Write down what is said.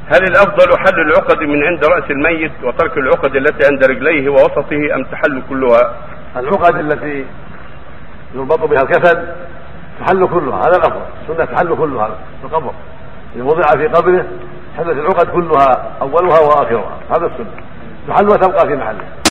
هل الافضل حل العقد من عند راس الميت وترك العقد التي عند رجليه ووسطه ام تحل كلها؟ العقد التي يربط بها الكفن تحل كلها، هذا الافضل. السنه تحل كلها في القبر، اذا وضع في قبره حلت العقد كلها اولها واخرها، هذا السنه تحل وتبقى في محلها.